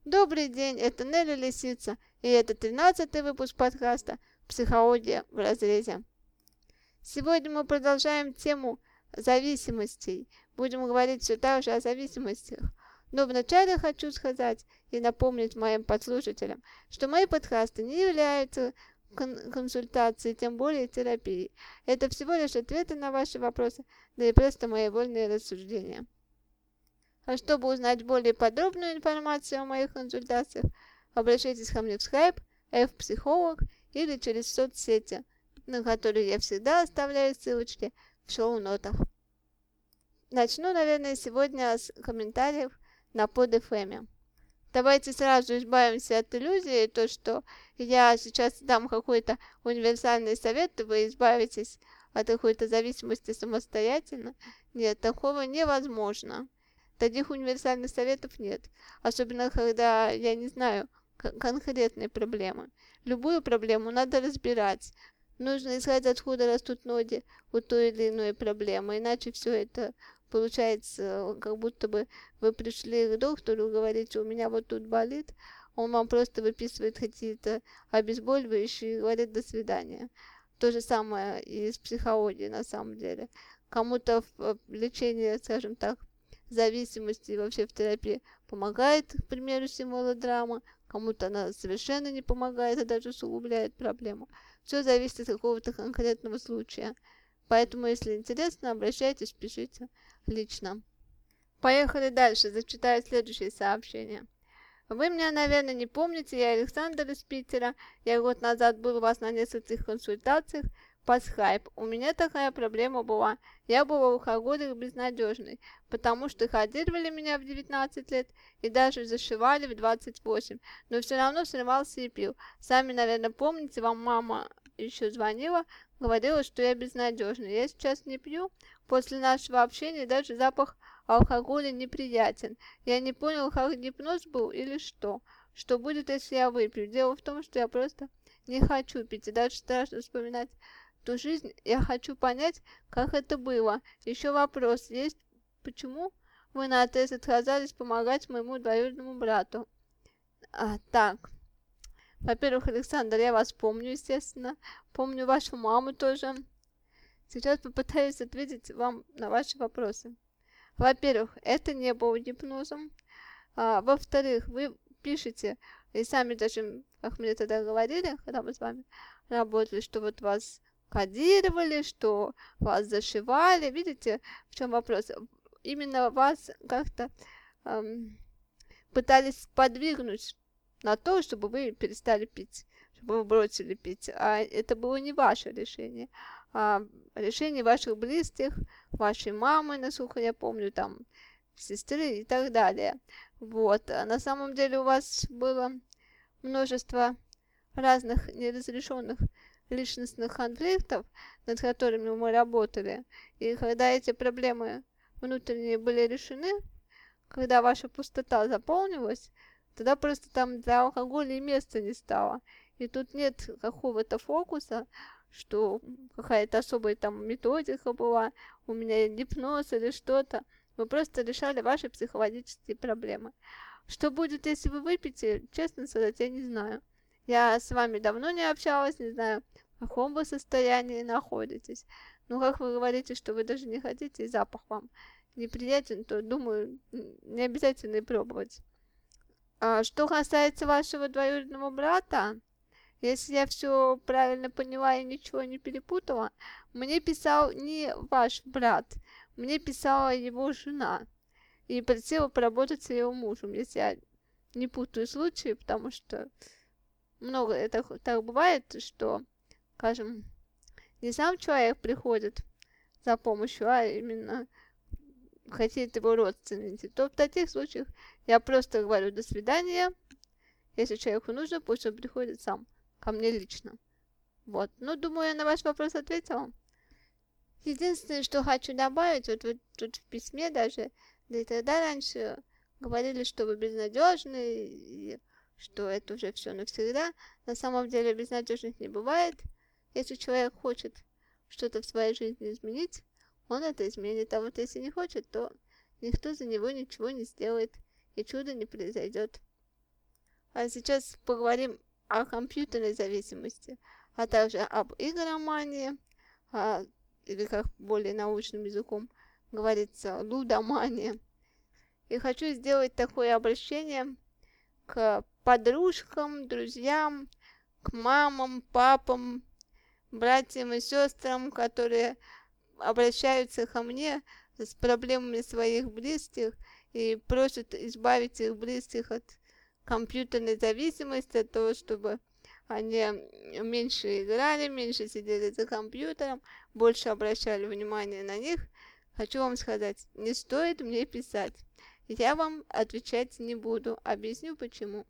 Добрый день, это Нелли Лисица, и это 13-й выпуск подкаста «Психология в разрезе». Сегодня мы продолжаем тему зависимостей. Будем говорить все так же о зависимостях. Но вначале хочу сказать и напомнить моим подслушателям, что мои подкасты не являются консультацией, тем более терапией. Это всего лишь ответы на ваши вопросы, да и просто мои вольные рассуждения. А чтобы узнать более подробную информацию о моих консультациях, обращайтесь ко мне в Skype, F-психолог или через соцсети, на которые я всегда оставляю ссылочки в шоу-нотах. Начну, наверное, сегодня с комментариев на PodFM. Давайте сразу избавимся от иллюзии, то, что я сейчас дам какой-то универсальный совет, и вы избавитесь от какой-то зависимости самостоятельно. Нет, такого невозможно. Таких универсальных советов нет, особенно когда я не знаю конкретной проблемы. Любую проблему надо разбирать. Нужно искать, откуда растут ноги у той или иной проблемы, иначе все это получается, как будто бы вы пришли к доктору и говорите, у меня вот тут болит, он вам просто выписывает какие-то обезболивающие и говорит до свидания. То же самое и с психологией на самом деле. Кому-то в лечении, скажем так, зависимости и вообще в терапии помогает, к примеру, символодрама, кому-то она совершенно не помогает, а даже усугубляет проблему. Все зависит от какого-то конкретного случая. Поэтому, если интересно, обращайтесь, пишите лично. Поехали дальше, зачитаю следующее сообщение. Вы меня, наверное, не помните, я Александр из Питера. Я год назад был у вас на нескольких консультациях по Skype. У меня такая проблема была. Я был алкоголик безнадежный, потому что кодировали меня в 19 лет и даже зашивали в 28, но все равно срывался и пил. Сами, наверное, помните, вам мама еще звонила, говорила, что я безнадежный. Я сейчас не пью. После нашего общения даже запах алкоголя неприятен. Я не понял, как гипноз был или что. Что будет, если я выпью? Дело в том, что я просто не хочу пить, и даже страшно вспоминать ту жизнь. Я хочу понять, как это было. Еще вопрос есть, почему вы наотрез отказались помогать моему двоюродному брату? Так, во-первых, Александр, я вас помню, естественно. Помню вашу маму тоже. Сейчас попытаюсь ответить вам на ваши вопросы. Во-первых, это не было гипнозом. Во-вторых, вы пишете, и сами даже, как мне тогда говорили, когда мы с вами работали, что вот вас кодировали, что вас зашивали. Видите, в чем вопрос? Именно вас как-то пытались подвигнуть на то, чтобы вы перестали пить, чтобы вы бросили пить. А это было не ваше решение, а решение ваших близких, вашей мамы, насколько я помню, там, сестры и так далее. Вот. А на самом деле у вас было множество разных неразрешенных личностных конфликтов, над которыми мы работали. И когда эти проблемы внутренние были решены, когда ваша пустота заполнилась, тогда просто там для алкоголя и места не стало. И тут нет какого-то фокуса, что какая-то особая там методика была, у меня гипноз или что-то. Вы просто решали ваши психологические проблемы. Что будет, если вы выпьете, честно сказать, я не знаю. Я с вами давно не общалась, не знаю, в каком вы состоянии находитесь. Ну, как вы говорите, что вы даже не хотите, и запах вам неприятен, то, думаю, не обязательно и пробовать. Что касается вашего двоюродного брата, если я все правильно поняла и ничего не перепутала, мне писал не ваш брат, мне писала его жена и просила поработать с его мужем, если я не путаю случаи, потому что много это так бывает, что, скажем, не сам человек приходит за помощью, а именно хотят его родственники, то в таких случаях я просто говорю до свидания. Если человеку нужно, пусть он приходит сам ко мне лично. Вот. Ну, думаю, я на ваш вопрос ответила. Единственное, что хочу добавить, вот тут в письме даже, да и тогда раньше говорили, что вы безнадежны, и что это уже все навсегда. На самом деле безнадежных не бывает. Если человек хочет что-то в своей жизни изменить, он это изменит. А вот если не хочет, то никто за него ничего не сделает, и чудо не произойдет. А сейчас поговорим о компьютерной зависимости, а также об игромании, или как более научным языком говорится, лудомания. И хочу сделать такое обращение к подружкам, друзьям, к мамам, папам, братьям и сестрам, которые обращаются ко мне с проблемами своих близких и просят избавить их близких от компьютерной зависимости, от того, чтобы они меньше играли, меньше сидели за компьютером, больше обращали внимание на них. Хочу вам сказать, не стоит мне писать. Я вам отвечать не буду. Объясню почему.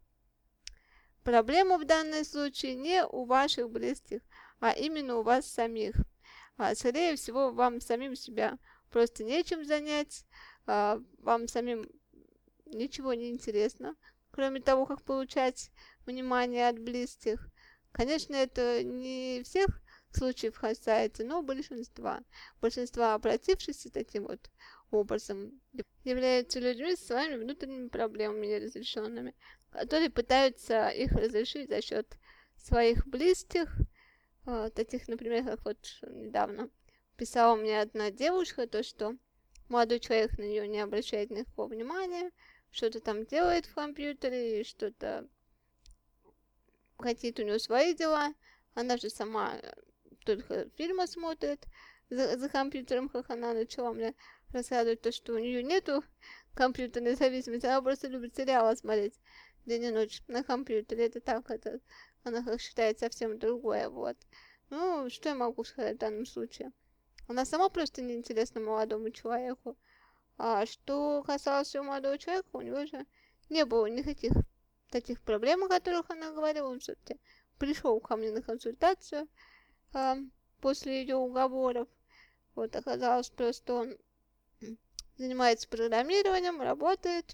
Проблема в данном случае не у ваших близких, а именно у вас самих. Скорее всего, вам самим себя просто нечем занять, вам самим ничего не интересно, кроме того, как получать внимание от близких. Конечно, это не всех случаев касается, но большинства. Большинство обратившихся таким вот образом являются людьми с своими внутренними проблемами неразрешенными, которые пытаются их разрешить за счет своих близких, таких, например, как вот недавно писала мне одна девушка, то, что молодой человек на нее не обращает никакого внимания, что-то там делает в компьютере, что-то, какие-то у нее свои дела, она же сама только фильмы смотрит за компьютером, как она начала мне рассказывать, то, что у нее нету компьютерной зависимости, она просто любит сериалы смотреть день и ночь на компьютере, это так, это она как считает совсем другое, вот. Ну, что я могу сказать в данном случае? Она сама просто неинтересна молодому человеку. А что касалось молодого человека, у него же не было никаких таких проблем, о которых она говорила. Он все-таки пришел ко мне на консультацию после ее уговоров. Вот оказалось просто, он занимается программированием, работает,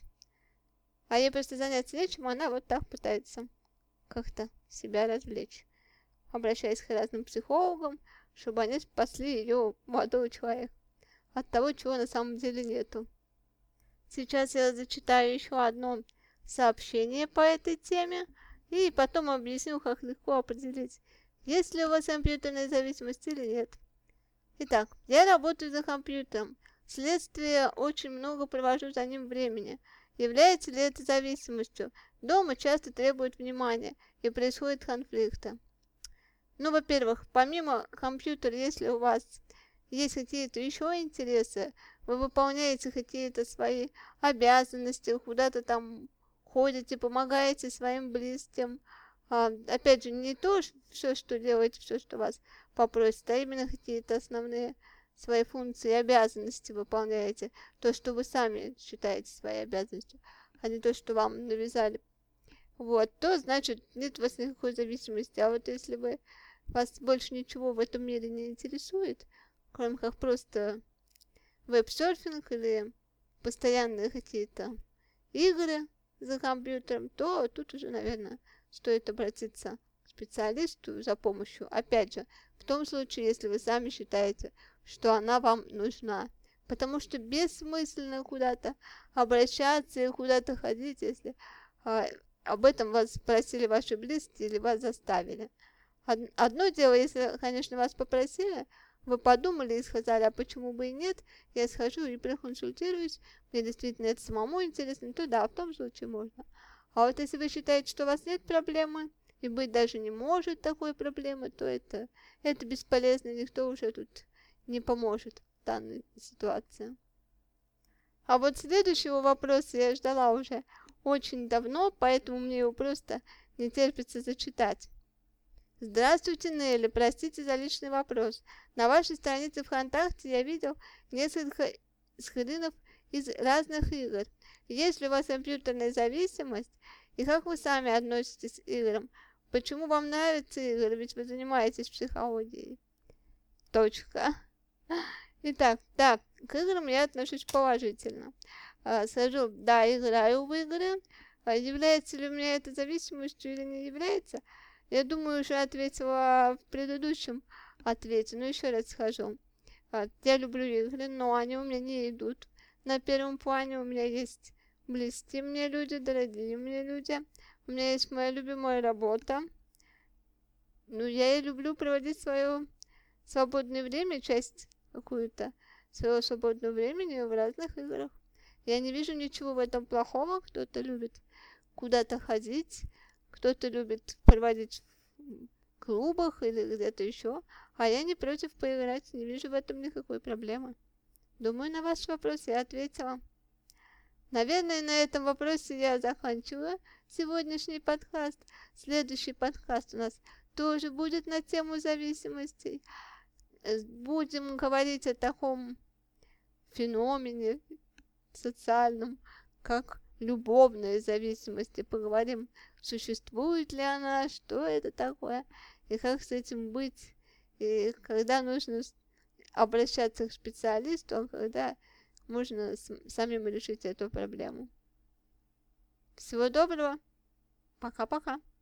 а ей просто заняться нечем, она вот так пытается как-то себя развлечь, обращаясь к разным психологам, чтобы они спасли ее молодого человека от того, чего на самом деле нету. Сейчас я зачитаю еще одно сообщение по этой теме и потом объясню, как легко определить, есть ли у вас компьютерная зависимость или нет. Итак, я работаю за компьютером, вследствие очень много провожу за ним времени. Является ли это зависимостью? Дома часто требуют внимания и происходят конфликты. Ну, во-первых, помимо компьютера, если у вас есть какие-то еще интересы, вы выполняете какие-то свои обязанности, куда-то там ходите, помогаете своим близким. Опять же, не то, все, что делаете, все, что вас попросят, а именно какие-то основные свои функции и обязанности выполняете. То, что вы сами считаете своей обязанностью, а не то, что вам навязали. Вот, то значит, нет у вас никакой зависимости. А вот если вас больше ничего в этом мире не интересует, кроме как просто веб-серфинг или постоянные какие-то игры за компьютером, то тут уже, наверное, стоит обратиться к специалисту за помощью. Опять же, в том случае, если вы сами считаете, что она вам нужна. Потому что бессмысленно куда-то обращаться и куда-то ходить, если об этом вас просили ваши близкие или вас заставили. Одно дело, если, конечно, вас попросили, вы подумали и сказали, а почему бы и нет, я схожу и проконсультируюсь, мне действительно это самому интересно, то да, в том случае можно. А вот если вы считаете, что у вас нет проблемы, и быть даже не может такой проблемы, то это бесполезно, никто уже тут не поможет в данной ситуации. А вот следующего вопроса я ждала уже очень давно, поэтому мне его просто не терпится зачитать. Здравствуйте, Нелли, простите за личный вопрос. На вашей странице ВКонтакте я видел несколько скринов из разных игр. Есть ли у вас компьютерная зависимость? И как вы сами относитесь к играм? Почему вам нравятся игры? Ведь вы занимаетесь психологией. Точка. Итак, да, к играм я отношусь положительно. Скажу, да, играю в игры. Является ли у меня это зависимостью или не является? Я думаю, уже ответила в предыдущем ответе, но еще раз скажу. Я люблю игры, но они у меня не идут на первом плане. У меня есть близкие мне люди, дорогие мне люди. У меня есть моя любимая работа. Ну, я и люблю проводить свое свободное время, часть какую-то своего свободного времени в разных играх. Я не вижу ничего в этом плохого. Кто-то любит куда-то ходить, кто-то любит проводить в клубах или где-то еще. А я не против поиграть, не вижу в этом никакой проблемы. Думаю, на ваш вопрос я ответила. Наверное, на этом вопросе я заканчиваю сегодняшний подкаст. Следующий подкаст у нас тоже будет на тему зависимостей. Будем говорить о таком феномене социальном, как любовная зависимость. И поговорим, существует ли она, что это такое, и как с этим быть, и когда нужно обращаться к специалисту, а когда можно самим решить эту проблему. Всего доброго. Пока-пока.